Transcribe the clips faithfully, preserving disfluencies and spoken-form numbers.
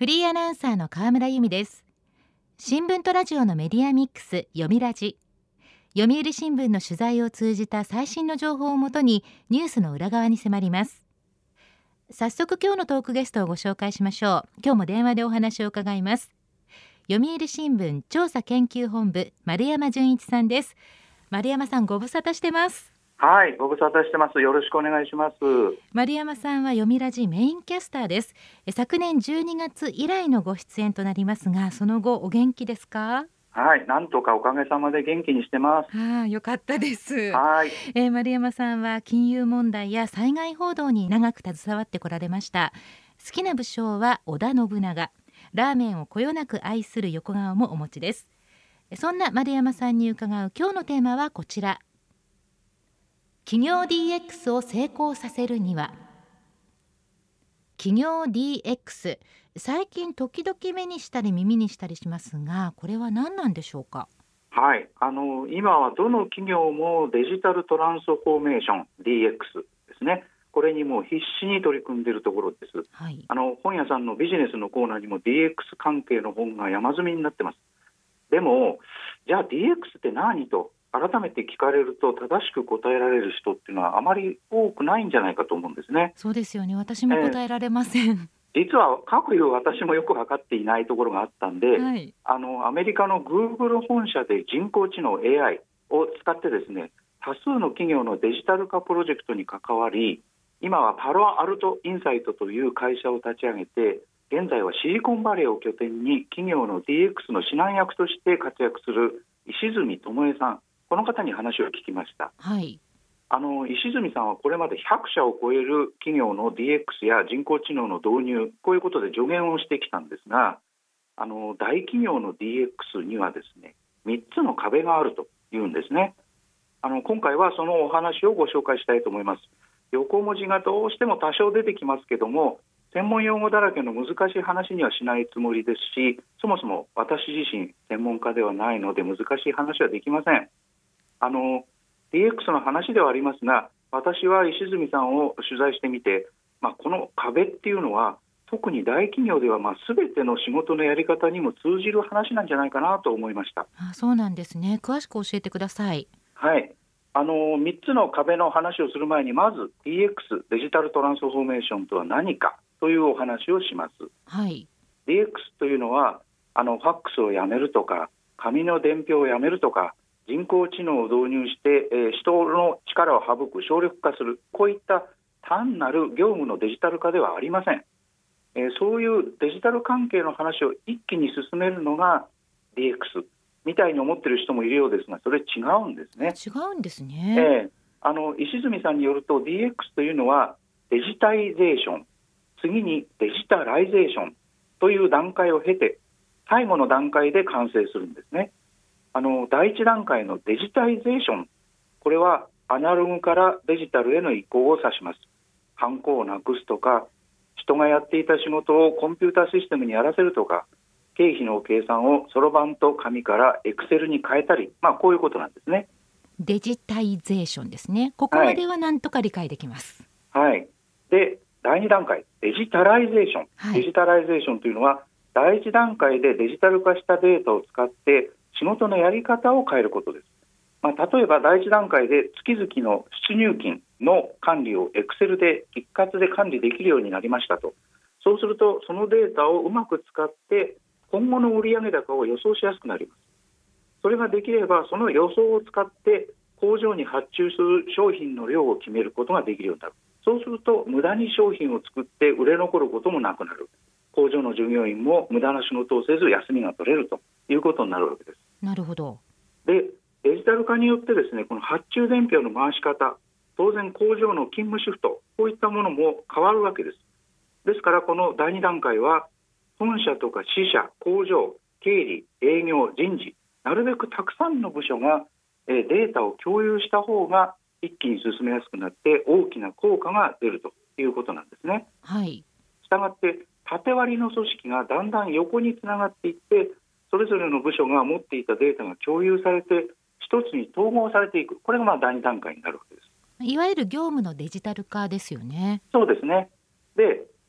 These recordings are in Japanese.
フリーアナウンサーの河村由美です。新聞とラジオのメディアミックス読みラジ。読売新聞の取材を通じた最新の情報をもとにニュースの裏側に迫ります。早速今日のトークゲストをご紹介しましょう。今日も電話でお話を伺います。読売新聞調査研究本部丸山純一さんです。丸山さん、ご無沙汰してます。 はい、ご無沙汰してます。よろしくお願いします。 丸山さんは読みラジメインキャスターです。昨年じゅうにがつ以来のご出演となりますが、その後お元気ですか？ はい、なんとかおかげさまで元気にしてます。 はあ、よかったです。 はい、 えー、丸山さんは金融問題や災害報道に長く携わってこられました。好きな武将は織田信長、ラーメンをこよなく愛する横顔もお持ちです。そんな丸山さんに伺う今日のテーマはこちら。企業 ディーエックス を成功させるには。企業 ディーエックス、 最近時々目にしたり耳にしたりしますが、これは何なんでしょうか？ はい、あの今はどの企業もデジタルトランスフォーメーション ディーエックス ですね。これにもう必死に取り組んでいるところです。 はい、 あの本屋さんのビジネスのコーナーにも ディーエックス 関係の本が山積みになってます。でもじゃあ ディーエックス って何と改めて聞かれると、正しく答えられる人っていうのはあまり多くないんじゃないかと思うんですね。 そうですよね。私も答えられません、えー、 実は各有私もよく分かっていないところがあったんで、 はい、 あのアメリカの Google 本社で人工知能 エーアイ を使ってですね、多数の企業のデジタル化プロジェクトに関わり、今はパロアルトインサイトという会社を立ち上げて、現在はシリコンバレーを拠点に企業の ディーエックス の指南役として活躍する石住智恵さん、この方に話を聞きました。 はい、 あの石住さんはこれまでひゃくしゃを超える企業の ディーエックス や人工知能の導入、こういうことで助言をしてきたんですが、あの大企業の ディーエックス にはですね、みっつの壁があるというんですね。あの今回はそのお話をご紹介したいと思います。横文字がどうしても多少出てきますけども、専門用語だらけの難しい話にはしないつもりですし、そもそも私自身専門家ではないので難しい話はできません。あの ディーエックス の話ではありますが、私は石住さんを取材してみて、まあ、この壁っていうのは特に大企業ではまあ全ての仕事のやり方にも通じる話なんじゃないかなと思いました。 あ、そうなんですね。詳しく教えてください。 はい、あのみっつの壁の話をする前に、まず ディーエックス デジタルトランスフォーメーションとは何かというお話をします。 はい、 ディーエックス というのはあのファックスをやめるとか紙の伝票をやめるとか人工知能を導入して、えー、人の力を省く省力化する、こういった単なる業務のデジタル化ではありません。えー、そういうデジタル関係の話を一気に進めるのが ディーエックス みたいに思っている人もいるようですが、それ違うんですね。 違うんですね。 えー、あの石住さんによると ディーエックス というのはデジタイゼーション、次にデジタライゼーションという段階を経て最後の段階で完成するんですね。あの第一段階のデジタイゼーション、これはアナログからデジタルへの移行を指します。ハンコをなくすとか、人がやっていた仕事をコンピューターシステムにやらせるとか、経費の計算をそろばんと紙からエクセルに変えたり、まあ、こういうことなんですね。 デジタイゼーションですね。ここまではなんとか理解できます。 はい、はい、でだいに段階デジタライゼーション、はい、デジタライゼーションというのはだいいち段階でデジタル化したデータを使って仕事のやり方を変えることです。まあ、例えばだいいち段階で月々の出入金の管理をエクセルで一括で管理できるようになりましたと。そうするとそのデータをうまく使って今後の売上高を予想しやすくなります。それができればその予想を使って工場に発注する商品の量を決めることができるようになる。そうすると無駄に商品を作って売れ残ることもなくなる。工場の従業員も無駄な仕事をせず休みが取れるということになるわけです。 なるほど。 で、デジタル化によってですね、この発注伝票の回し方、当然工場の勤務シフト、こういったものも変わるわけです。ですからこのだいに段階は本社とか支社、工場、経理、営業、人事、なるべくたくさんの部署がデータを共有した方が一気に進めやすくなって大きな効果が出るということなんですね。 はい。 したがって縦割りの組織がだんだん横につながっていって、それぞれの部署が持っていたデータが共有されて一つに統合されていく、これがまあだいに段階になるわけです。 いわゆる業務のデジタル化ですよね。 そうですね。で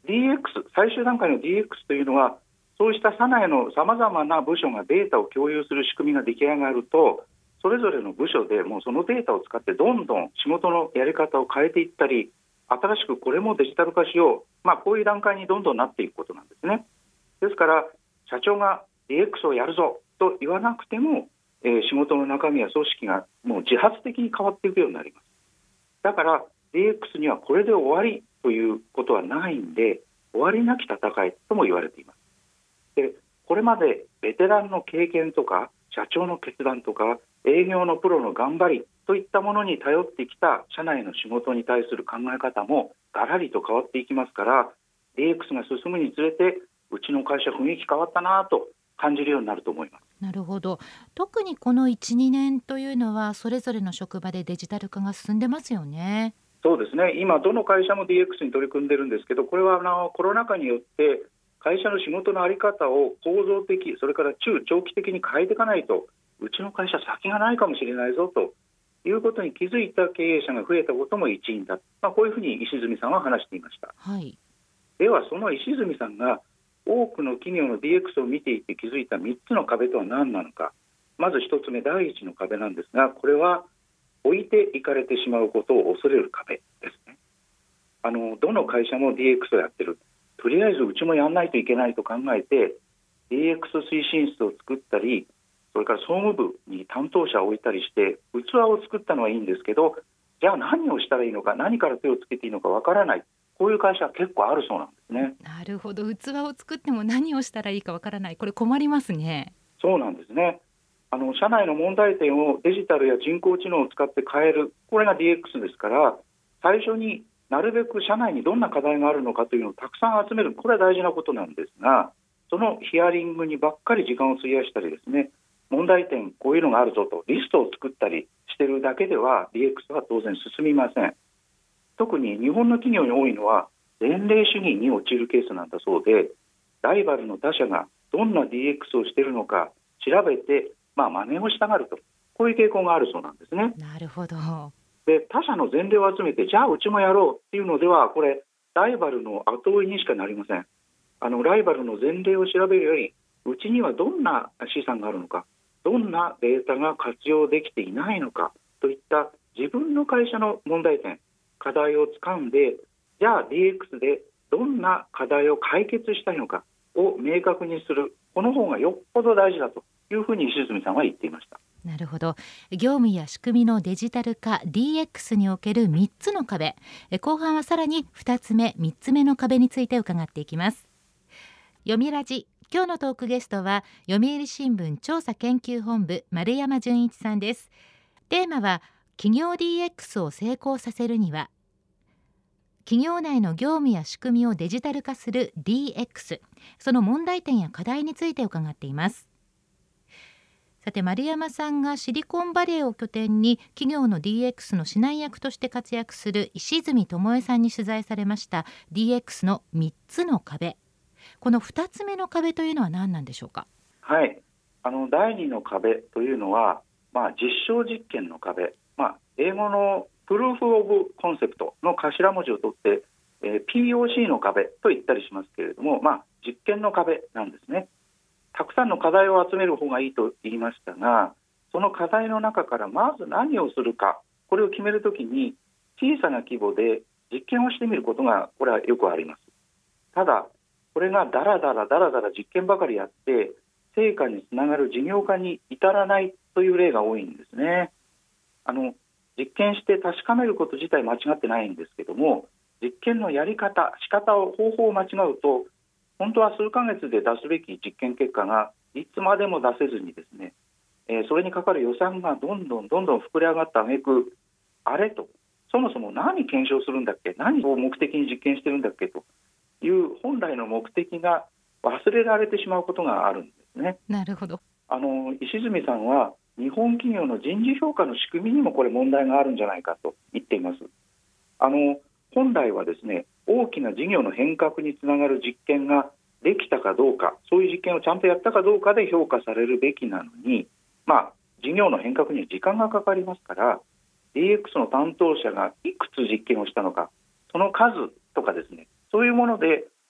ディーエックス、最終段階の ディーエックス というのは、そうした社内のさまざまな部署がデータを共有する仕組みが出来上がると、それぞれの部署でもうそのデータを使ってどんどん仕事のやり方を変えていったり、新しくこれもデジタル化しよう、まあ、こういう段階にどんどんなっていくことなんですね。ですから社長が ディーエックス をやるぞと言わなくても、えー、仕事の中身や組織がもう自発的に変わっていくようになります。だから ディーエックス にはこれで終わりということはないんで、終わりなき戦いとも言われています。でこれまでベテランの経験とか社長の決断とか営業のプロの頑張りといったものに頼ってきた社内の仕事に対する考え方もガラリと変わっていきますから、 ディーエックス が進むにつれてうちの会社雰囲気変わったなと感じるようになると思います。 なるほど。特にこのいち、にねんというのはそれぞれの職場でデジタル化が進んでますよね。 そうですね、今どの会社も ディーエックス に取り組んでるんですけど、これはあのコロナ禍によって会社の仕事の在り方を構造的、それから中長期的に変えていかないとうちの会社先がないかもしれないぞということに気づいた経営者が増えたことも一因だ、まあ、こういうふうに石積さんは話していました。 はい、 ではその石積さんが多くの企業の ディーエックス を見ていて気づいたみっつの壁とは何なのか。まずひとつめ、第一の壁なんですが、これは置いていかれてしまうことを恐れる壁ですね。あのどの会社も ディーエックス をやってる、とりあえずうちもやらないといけないと考えて ディーエックス 推進室を作ったり、それから総務部に担当者を置いたりして器を作ったのはいいんですけど、じゃあ何をしたらいいのか、何から手をつけていいのかわからない、こういう会社は結構あるそうなんですね。 なるほど。器を作っても何をしたらいいかわからない、これ困りますね。 そうなんですね。あの社内の問題点をデジタルや人工知能を使って変える、これが ディーエックス ですから、最初になるべく社内にどんな課題があるのかというのをたくさん集める、これは大事なことなんですが、そのヒアリングにばっかり時間を費やしたりですね、問題点こういうのがあるぞとリストを作ったりしているだけでは ディーエックス は当然進みません。特に日本の企業に多いのは前例主義に陥るケースなんだそうで、ライバルの他社がどんな ディーエックス をしているのか調べて、まあ、真似をしたがると、こういう傾向があるそうなんですね。 なるほど。 で他社の前例を集めてじゃあうちもやろうっていうのでは、これライバルの後追いにしかなりません。あのライバルの前例を調べるより、うちにはどんな資産があるのか、どんなデータが活用できていないのかといった自分の会社の問題点、課題をつかんで、じゃあ ディーエックス でどんな課題を解決したいのかを明確にする、この方がよっぽど大事だというふうに石積さんは言っていました。 なるほど。業務や仕組みのデジタル化 ディーエックス におけるみっつの壁、後半はさらにふたつめみっつめの壁について伺っていきます。読みラジ、今日のトークゲストは読売新聞調査研究本部丸山純一さんです。テーマは企業 ディーエックス を成功させるには、企業内の業務や仕組みをデジタル化する ディーエックス、 その問題点や課題について伺っています。さて丸山さんがシリコンバレーを拠点に企業の ディーエックス の指南役として活躍する石積智恵さんに取材されました ディーエックス のみっつの壁、このふたつめの壁というのは何なんでしょうか。 はい、あのだいにの壁というのは、まあ、実証実験の壁、まあ、英語のプルーフ・オブ・コンセプトの頭文字を取って、えー、ピーオーシー の壁と言ったりしますけれども、まあ、実験の壁なんですね。たくさんの課題を集める方がいいと言いましたが、その課題の中からまず何をするか、これを決めるときに小さな規模で実験をしてみることがこれはよくあります。ただこれがだらだらだらだら実験ばかりやって成果につながる事業化に至らないという例が多いんですね。あの実験して確かめること自体間違ってないんですけども、実験のやり方、仕方を方法を間違うと本当は数ヶ月で出すべき実験結果がいつまでも出せずにですね、えー、それにかかる予算がどんどんどんどん膨れ上がった挙句、あれと、そもそも何検証するんだっけ、何を目的に実験してるんだっけという本来の目的が忘れられてしまうことがあるんですね。 なるほど。 あの石積さんは日本企業の人事評価の仕組みにもこれ問題があるんじゃないかと言っています。あの本来はですね、大きな事業の変革につながる実験ができたかどうか、そういう実験をちゃんとやったかどうかで評価されるべきなのに、まあ、事業の変革には時間がかかりますから ディーエックス の担当者がいくつ実験をしたのか、その数とかですね、そういうもので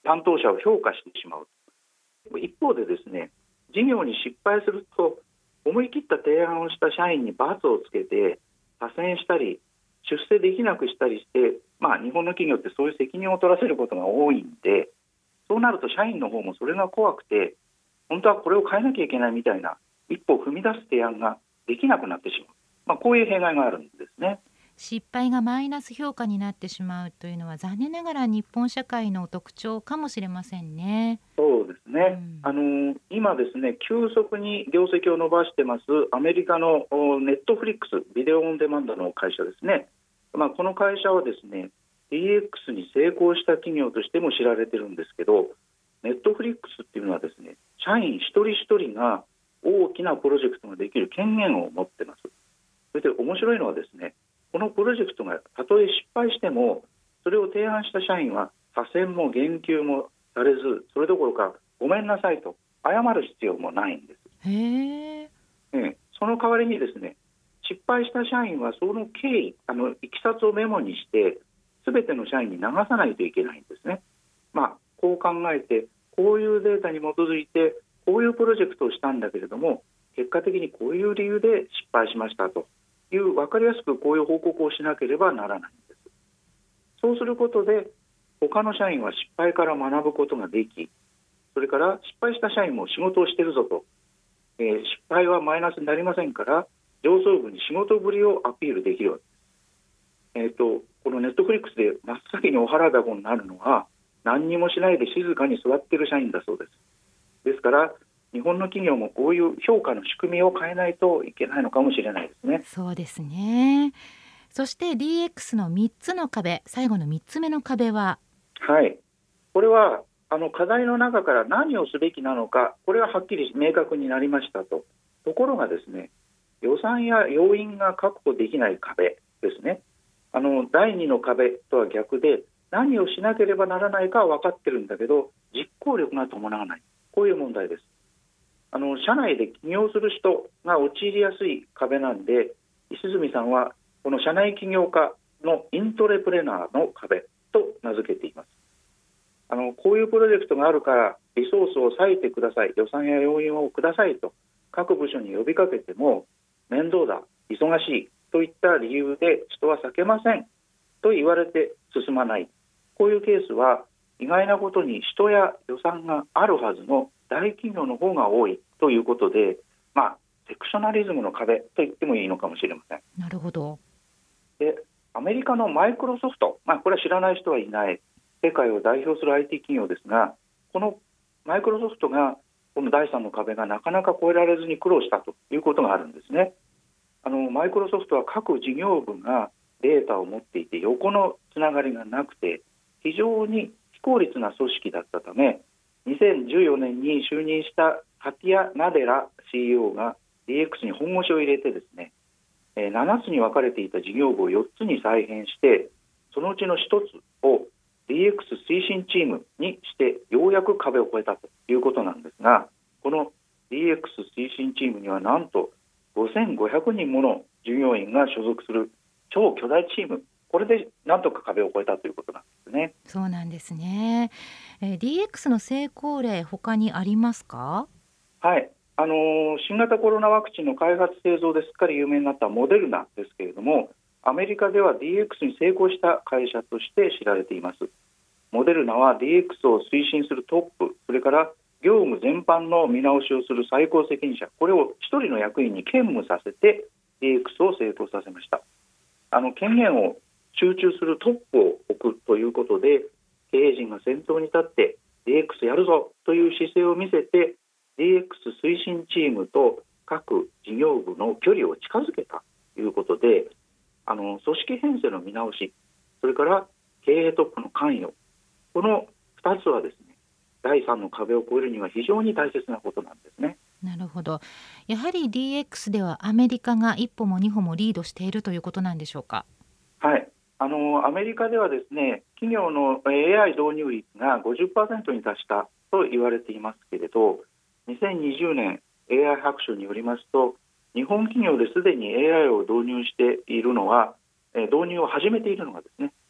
担当者を評価してしまう。一方でですね、事業に失敗すると思い切った提案をした社員に罰をつけて左遷したり出世できなくしたりして、まあ、日本の企業ってそういう責任を取らせることが多いんで、そうなると社員の方もそれが怖くて、本当はこれを変えなきゃいけないみたいな一歩を踏み出す提案ができなくなってしまう、まあ、こういう弊害があるんですね。 失敗がマイナス評価になってしまうというのは残念ながら日本社会の特徴かもしれませんね。 そうですね、 うん、 あの今ですね、急速に業績を伸ばしてますアメリカのネットフリックス、ビデオオンデマンドの会社ですね。まあ、この会社はですね ディーエックス に成功した企業としても知られてるんですけど、ネットフリックスっていうのはですね、社員一人一人が大きなプロジェクトができる権限を持ってます。それで面白いのはですね、このプロジェクトがたとえ失敗しても、それを提案した社員は左遷も言及もされず、それどころかごめんなさいと謝る必要もないんです。 へー、 ええ、その代わりにですね、失敗した社員はその経緯、あのいきさつをメモにして全ての社員に流さないといけないんですね。まあ、こう考えて、こういうデータに基づいてこういうプロジェクトをしたんだけれども、結果的にこういう理由で失敗しましたという、分かりやすくこういう報告をしなければならないんです。そうすることで他の社員は失敗から学ぶことができ、それから失敗した社員も仕事をしているぞと、えー、失敗はマイナスになりませんから、上層部に仕事ぶりをアピールできるわけです。えーと、このネットフリックスで真っ先にお腹だこになるのは、何にもしないで静かに座っている社員だそうです。ですから日本の企業もこういう評価の仕組みを変えないといけないのかもしれないですね。 そうですね。そして ディーエックス のみっつの壁、最後のみっつめの壁は。 はい、これはあの課題の中から何をすべきなのか、これははっきり明確になりましたと。ところがですね、予算や要員が確保できない壁ですね。あのだいにの壁とは逆で、何をしなければならないかは分かってるんだけど実行力が伴わない、こういう問題です。あの社内で起業する人が陥りやすい壁なんで、石住さんはこの社内起業家のイントレプレナーの壁と名付けています。あのこういうプロジェクトがあるからリソースを割いてください、予算や要員をくださいと各部署に呼びかけても、面倒だ、忙しいといった理由で人は避けませんと言われて進まない、こういうケースは意外なことに人や予算があるはずの大企業の方が多いということで、まあ、セクショナリズムの壁と言ってもいいのかもしれません。 なるほど。 で、アメリカのマイクロソフト、まあ、これは知らない人はいない世界を代表する アイティー 企業ですが、このマイクロソフトがこのだいさんの壁がなかなか越えられずに苦労したということがあるんですね。あのマイクロソフトは各事業部がデータを持っていて横のつながりがなくて非常に非効率な組織だったため、にせんじゅうよねんに就任したカティア・ナデラ シーイーオー が ディーエックス に本腰を入れてですね、ななつに分かれていた事業部をよっつに再編して、そのうちのひとつを ディーエックス 推進チームにしてようやく壁を越えたということなんですが、この ディーエックス 推進チームにはなんとごせんごひゃくにんもの従業員が所属する超巨大チーム、これでなんとか壁を越えたということなんですね。 そうなんですね。えー、ディーエックス の成功例他にありますか？ はい、あのー、新型コロナワクチンの開発製造ですっかり有名になったモデルナですけれども、アメリカでは ディーエックス に成功した会社として知られています。モデルナは ディーエックス を推進するトップ、それから業務全般の見直しをする最高責任者、これを一人の役員に兼務させて ディーエックス を成功させました。あの権限を集中するトップを置くということで、経営陣が先頭に立って ディーエックス やるぞという姿勢を見せて、 ディーエックス 推進チームと各事業部の距離を近づけたということで、あの組織編成の見直し、それから経営トップの関与、このふたつはですね、だいさんの壁を越えるには非常に大切なことなんですね。 なるほど。やはり ディーエックス ではアメリカが一歩も二歩もリードしているということなんでしょうか？ はい、あのアメリカではですね、企業の エーアイ 導入率が ごじゅっパーセント に達したと言われていますけれど、にせんにじゅうねん エーアイ 白書によりますと、日本企業ですでに エーアイ を導入しているのは、導入を始めているのがですね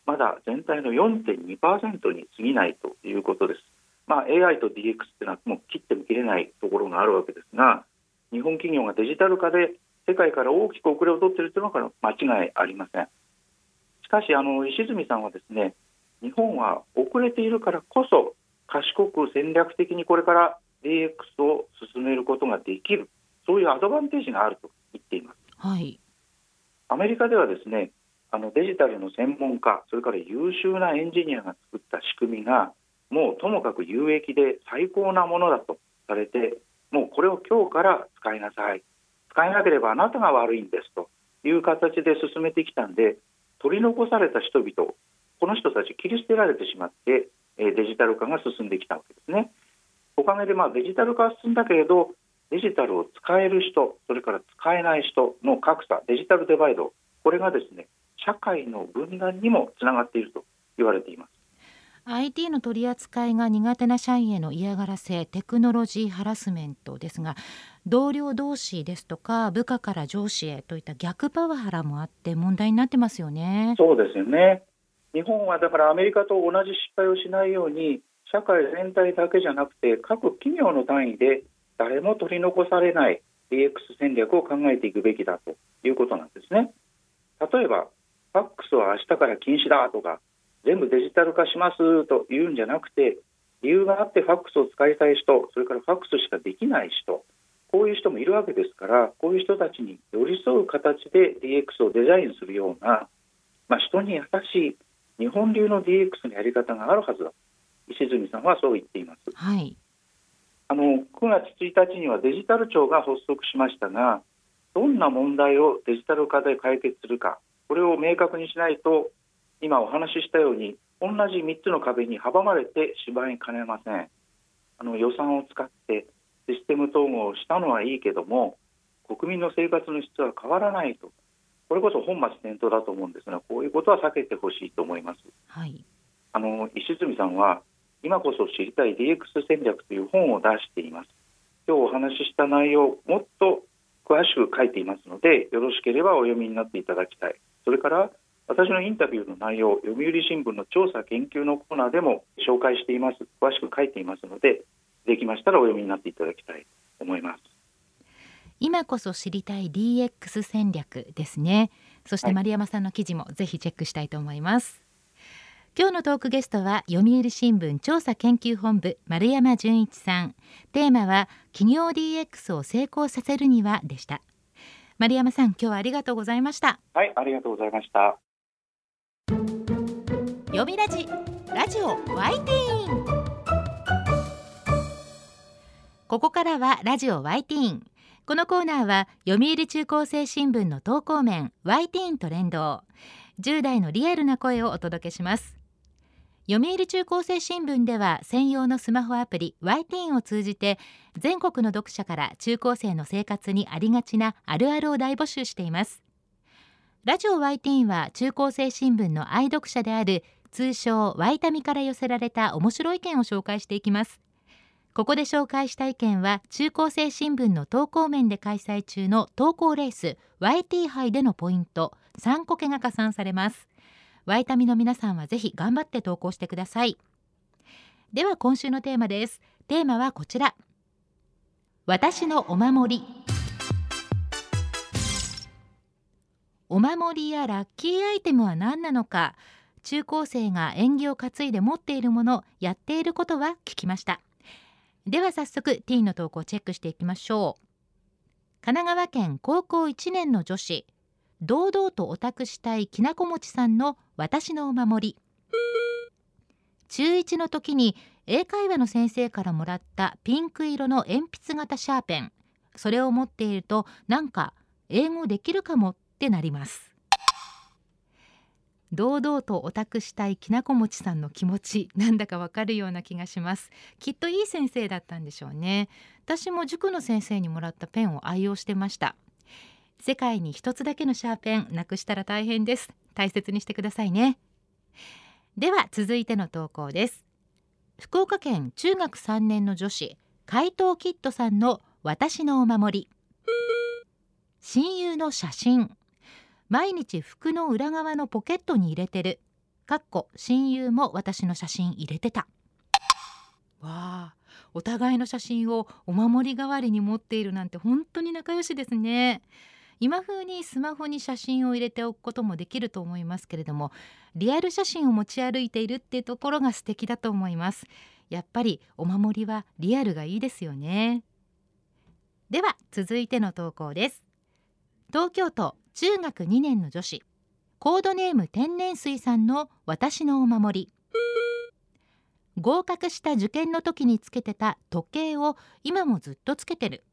まだ全体の よんてんにパーセント に過ぎないということです。まあ、エーアイ と ディーエックス というのはもう切っても切れないところがあるわけですが、日本企業がデジタル化で世界から大きく遅れを取っているというのは間違いありません。しかしあの石住さんはですね、日本は遅れているからこそ賢く戦略的にこれから ディーエックス を進めることができる、そういうアドバンテージがあると言っています。 はい、 アメリカではですね、あのデジタルの専門家、それから優秀なエンジニアが作った仕組みがもうともかく有益で最高なものだとされて、もうこれを今日から使いなさい、使えなければあなたが悪いんですという形で進めてきたんで、取り残された人々、この人たち切り捨てられてしまってデジタル化が進んできたわけですね。おかげでまあデジタル化は進んだけれど、デジタルを使える人、それから使えない人の格差、デジタルデバイド、これがですね、社会の分断にもつながっていると言われています。 アイティー の取り扱いが苦手な社員への嫌がらせ、テクノロジーハラスメントですが、同僚同士ですとか部下から上司へといった逆パワハラもあって問題になってますよね。 そうですよね。日本はだからアメリカと同じ失敗をしないように、社会全体だけじゃなくて各企業の単位で誰も取り残されない ディーエックス 戦略を考えていくべきだということなんですね。例えばファックスは明日から禁止だとか、全部デジタル化しますというんじゃなくて、理由があってファックスを使いたい人、それからファックスしかできない人、こういう人もいるわけですから、こういう人たちに寄り添う形で ディーエックス をデザインするような、まあ、人に優しい日本流の ディーエックス のやり方があるはずだ、石住さんはそう言っています。 はい、 あのくがつついたちにはデジタル庁が発足しましたが、どんな問題をデジタル化で解決するか、これを明確にしないと、今お話ししたように同じみっつの壁に阻まれてしまいかねません。あの予算を使ってシステム統合をしたのはいいけども、国民の生活の質は変わらないと、これこそ本末転倒だと思うんですが、こういうことは避けてほしいと思います。 はい、 あの石住さんは今こそ知りたい ディーエックス 戦略という本を出しています。今日お話しした内容をもっと詳しく書いていますので、よろしければお読みになっていただきたい。それから私のインタビューの内容、読売新聞の調査研究のコーナーでも紹介しています。詳しく書いていますので、できましたらお読みになっていただきたいと思います。 今こそ知りたい ディーエックス 戦略ですね。そして丸山さんの記事もぜひチェックしたいと思います。はい、今日のトークゲストは読売新聞調査研究本部丸山純一さん。テーマは企業 ディーエックス を成功させるにはでした。丸山さん、今日はありがとうございました。 はい、ありがとうございました。 読みラジラジオワイティーン。ここからはラジオワイティーン。このコーナーは読売中高生新聞の投稿面ワイティーンと連動、じゅう代のリアルな声をお届けします。読売中高生新聞では専用のスマホアプリワイティーンを通じて全国の読者から中高生の生活にありがちなあるあるを大募集しています。ラジオワイティーンは中高生新聞の愛読者である通称ワイタミから寄せられた面白い意見を紹介していきます。ここで紹介した意見は中高生新聞の投稿面で開催中の投稿レース ワイティー 杯でのポイントさんこけが加算されます。ワイタミの皆さんはぜひ頑張って投稿してください。では今週のテーマです。テーマはこちら、私のお守り。お守りやラッキーアイテムは何なのか、中高生が縁起を担いで持っているもの、やっていることは聞きました。では早速ティーンの投稿をチェックしていきましょう。神奈川県高校いちねんの女子、堂々とオタクしたいきなこもちさんの私のお守り。中いちの時に英会話の先生からもらったピンク色の鉛筆型シャーペン、それを持っているとなんか英語できるかもってなります。堂々とオタクしたいきなこもちさんの気持ち、なんだかわかるような気がします。きっといい先生だったんでしょうね。私も塾の先生にもらったペンを愛用してました。世界に一つだけのシャーペン、なくしたら大変です。大切にしてくださいね。では続いての投稿です。福岡県中学さんねんの女子、怪盗キッドさんの私のお守り。親友の写真、毎日服の裏側のポケットに入れてる。 かっこ親友も私の写真入れてた。わあ、お互いの写真をお守り代わりに持っているなんて本当に仲良しですね。今風にスマホに写真を入れておくこともできると思いますけれども、リアル写真を持ち歩いているっていうところが素敵だと思います。やっぱりお守りはリアルがいいですよね。では続いての投稿です。東京都中学にねんの女子、コードネーム天然水さんの私のお守り。合格した受験の時につけてた時計を今もずっとつけてる。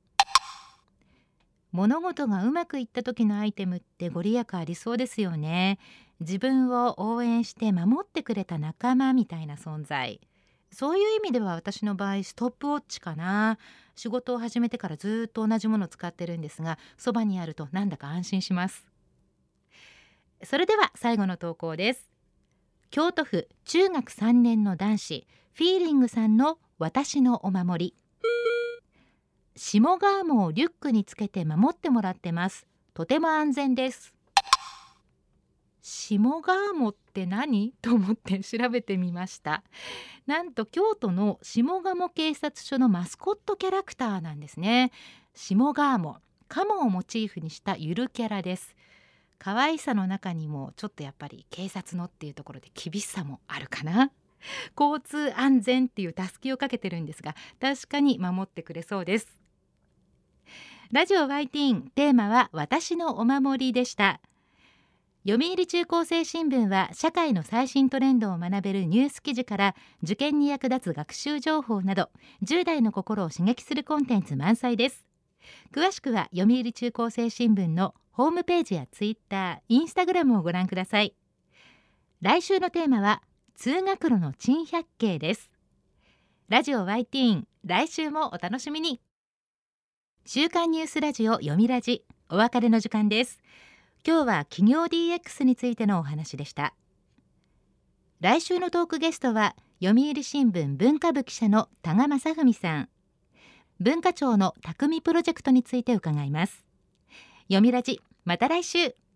物事がうまくいった時のアイテムってご利益ありそうですよね。自分を応援して守ってくれた仲間みたいな存在。そういう意味では私の場合ストップウォッチかな。仕事を始めてからずっと同じものを使ってるんですが、そばにあるとなんだか安心します。それでは最後の投稿です。京都府中学さんねんの男子、フィーリングさんの私のお守り。下ガーモをリュックにつけて守ってもらってます。とても安全です。下ガーモって何と思って調べてみました。なんと京都の下鴨警察署のマスコットキャラクターなんですね。下ガーモ、カモをモチーフにしたゆるキャラです。可愛さの中にもちょっとやっぱり警察のっていうところで厳しさもあるかな。交通安全っていうたすきをかけてるんですが、確かに守ってくれそうです。ラジオワイティーン、テーマは私のお守りでした。読売中高生新聞は社会の最新トレンドを学べるニュース記事から受験に役立つ学習情報などじゅう代の心を刺激するコンテンツ満載です。詳しくは読売中高生新聞のホームページやツイッター、インスタグラムをご覧ください。来週のテーマは通学路の珍百景です。ラジオワイティーン、来週もお楽しみに。週刊ニュースラジオ読みラジ、お別れの時間です。今日は企業 ディーエックス についてのお話でした。来週のトークゲストは読売新聞文化部記者の多賀正文さん、文化庁の匠プロジェクトについて伺います。読みラジ、また来週。